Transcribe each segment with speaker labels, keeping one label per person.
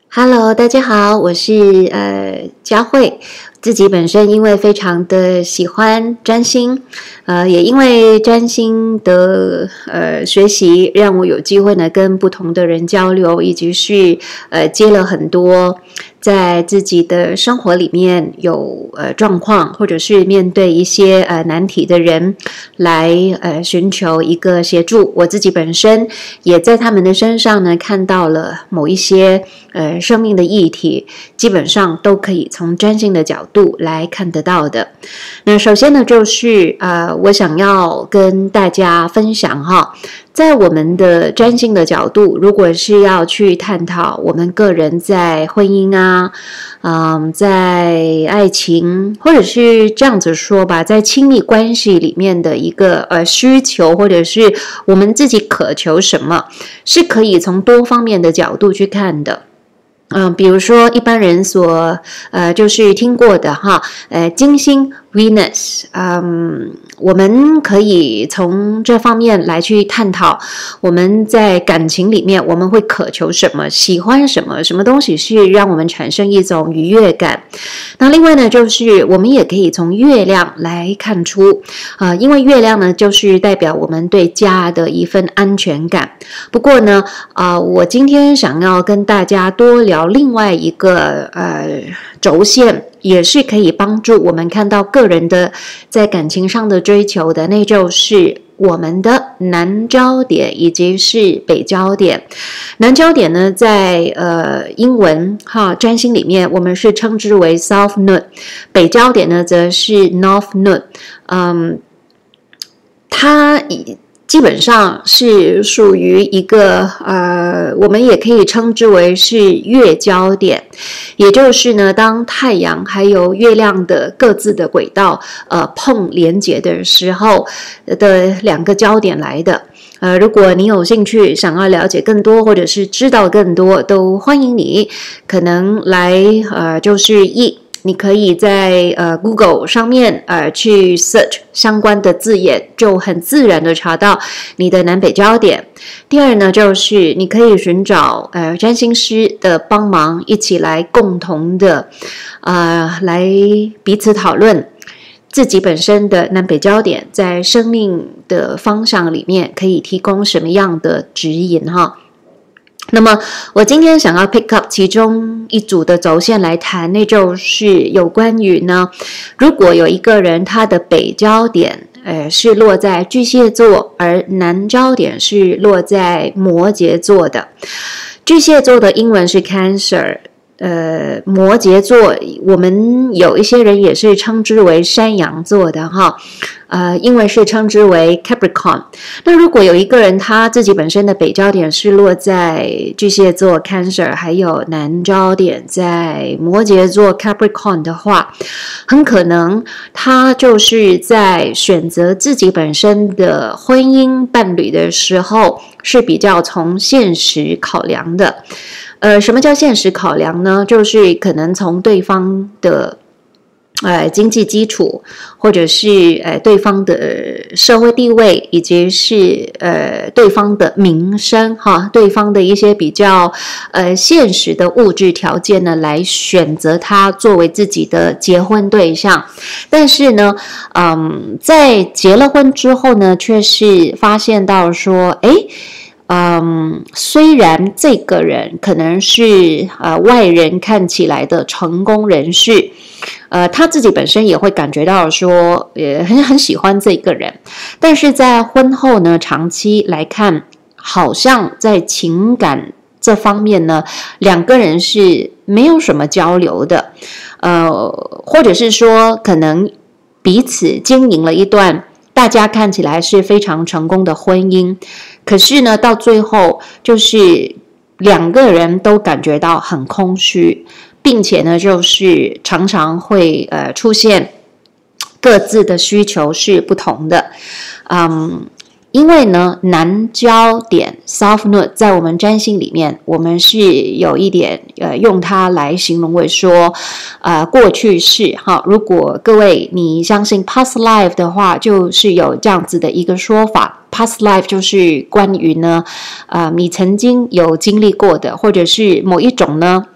Speaker 1: Hello，大家好，我是佳慧。自己本身因为非常的喜欢占星，也因为占星的学习，让我有机会呢跟不同的人交流，以及是接了很多在自己的生活里面有状况，或者是面对一些难题的人，来寻求一个协助。我自己本身也在他们的身上呢看到了某一些生命的议题，基本上都可以从占星的角度来看得到的。那首先呢，就是我想要跟大家分享哈，在我们的占星的角度，如果是要去探讨我们个人在婚姻在爱情，或者是这样子说吧，在亲密关系里面的一个需求，或者是我们自己渴求什么，是可以从多方面的角度去看的。比如说一般人所就是听过的哈，金星 Venus， 我们可以从这方面来去探讨我们在感情里面我们会渴求什么，喜欢什么，什么东西是让我们产生一种愉悦感。那另外呢，就是我们也可以从月亮来看出因为月亮呢就是代表我们对家的一份安全感。不过呢我今天想要跟大家多聊另外一个轴线，也是可以帮助我们看到个人的在感情上的追求的，那就是我们的南焦点以及是北焦点。南焦点呢，在英文占星里面我们是称之为 South Node， 北焦点呢则是 North Node。它基本上是属于一个我们也可以称之为是月焦点，也就是呢，当太阳还有月亮的各自的轨道连结的时候的两个焦点来的。如果你有兴趣想要了解更多，或者是知道更多，都欢迎你可能来你可以在Google 上面去 search 相关的字眼，就很自然的查到你的南北焦点。第二呢，就是你可以寻找占星师的帮忙，一起来共同的来彼此讨论自己本身的南北焦点在生命的方向里面可以提供什么样的指引哈。那么我今天想要 pick up 其中一组的轴线来谈，那就是有关于呢，如果有一个人他的北焦点是落在巨蟹座，而南焦点是落在摩羯座的。巨蟹座的英文是 Cancer，摩羯座我们有一些人也是称之为山羊座的哈，英文是称之为 Capricorn。 那如果有一个人他自己本身的北焦点是落在巨蟹座 Cancer， 还有南焦点在摩羯座 Capricorn 的话，很可能他就是在选择自己本身的婚姻伴侣的时候是比较从现实考量的。什么叫现实考量呢？就是可能从对方的经济基础，或者是对方的社会地位，以及是对方的名声对方的一些比较现实的物质条件呢，来选择他作为自己的结婚对象。但是呢在结了婚之后呢，却是发现到说虽然这个人可能是外人看起来的成功人士，他自己本身也会感觉到说也很喜欢这个人，但是在婚后呢，长期来看，好像在情感这方面呢，两个人是没有什么交流的，或者是说可能彼此经营了一段大家看起来是非常成功的婚姻，可是呢到最后就是两个人都感觉到很空虚，并且呢就是常常会出现各自的需求是不同的。因为呢南焦点 South Node 在我们占星里面，我们是有一点用它来形容为说过去式如果各位你相信 past life 的话，就是有这样子的一个说法。past life 就是关于呢你曾经有经历过的，或者是某一种呢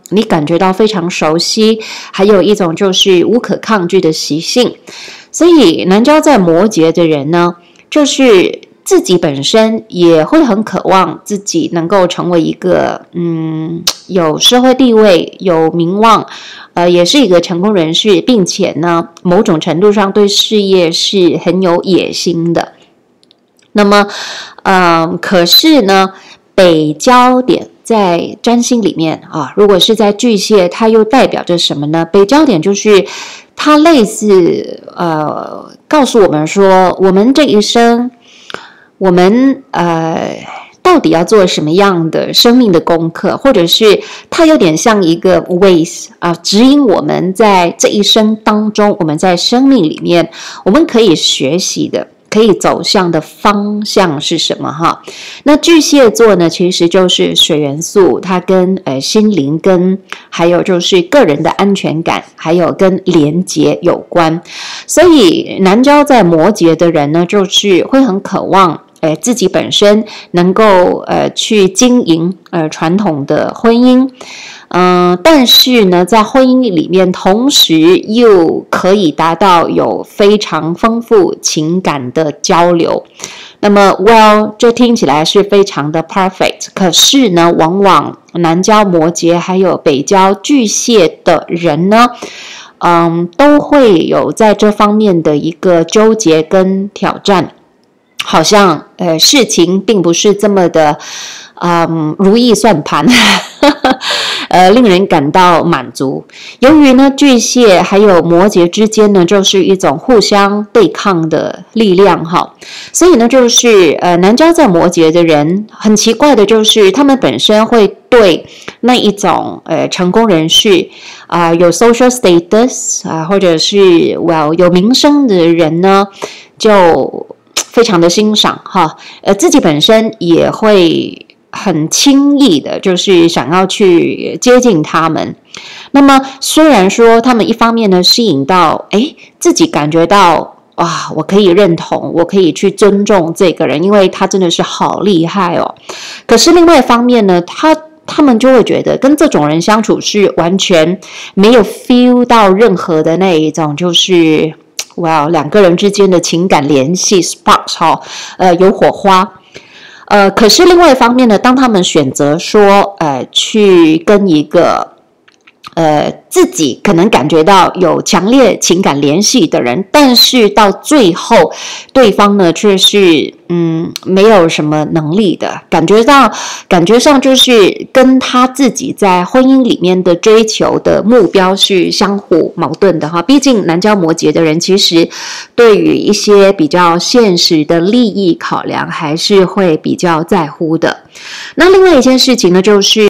Speaker 1: 你感觉到非常熟悉，还有一种就是无可抗拒的习性。所以南交在摩羯的人呢，就是自己本身也会很渴望自己能够成为一个有社会地位、有名望，也是一个成功人士，并且呢，某种程度上对事业是很有野心的。那么，可是呢，北交点在占星里面啊，如果是在巨蟹，它又代表着什么呢？北交点就是它类似告诉我们说，我们这一生，我们到底要做什么样的生命的功课，或者是它有点像一个 Waze 指引我们在这一生当中，我们在生命里面我们可以学习的，可以走向的方向是什么哈？那巨蟹座呢，其实就是水元素，它跟心灵跟还有就是个人的安全感，还有跟连结有关。所以南交在摩羯的人呢，就是会很渴望自己本身能够去经营传统的婚姻。但是呢，在婚姻里面，同时又可以达到有非常丰富情感的交流。那么 这听起来是非常的 perfect， 可是呢，往往南交摩羯还有北交巨蟹的人呢，都会有在这方面的一个纠结跟挑战。好像事情并不是这么的如意算盘令人感到满足。由于呢巨蟹还有摩羯之间呢就是一种互相对抗的力量哈，所以呢就是南交在摩羯的人很奇怪的就是他们本身会对那一种成功人士有 social status 或者是有名声的人呢就非常的欣赏哈，自己本身也会很轻易的，就是想要去接近他们。那么虽然说他们一方面呢吸引到，自己感觉到我可以认同，我可以去尊重这个人，因为他真的是好厉害哦。可是另外一方面呢，他们就会觉得跟这种人相处是完全没有 feel 到任何的那一种，就是两个人之间的情感联系 sparks 有火花。可是另外一方面呢，当他们选择说去跟一个自己可能感觉到有强烈情感联系的人，但是到最后对方呢却是没有什么能力的，感觉上就是跟他自己在婚姻里面的追求的目标是相互矛盾的哈。毕竟南交摩羯的人其实对于一些比较现实的利益考量还是会比较在乎的。那另外一件事情呢，就是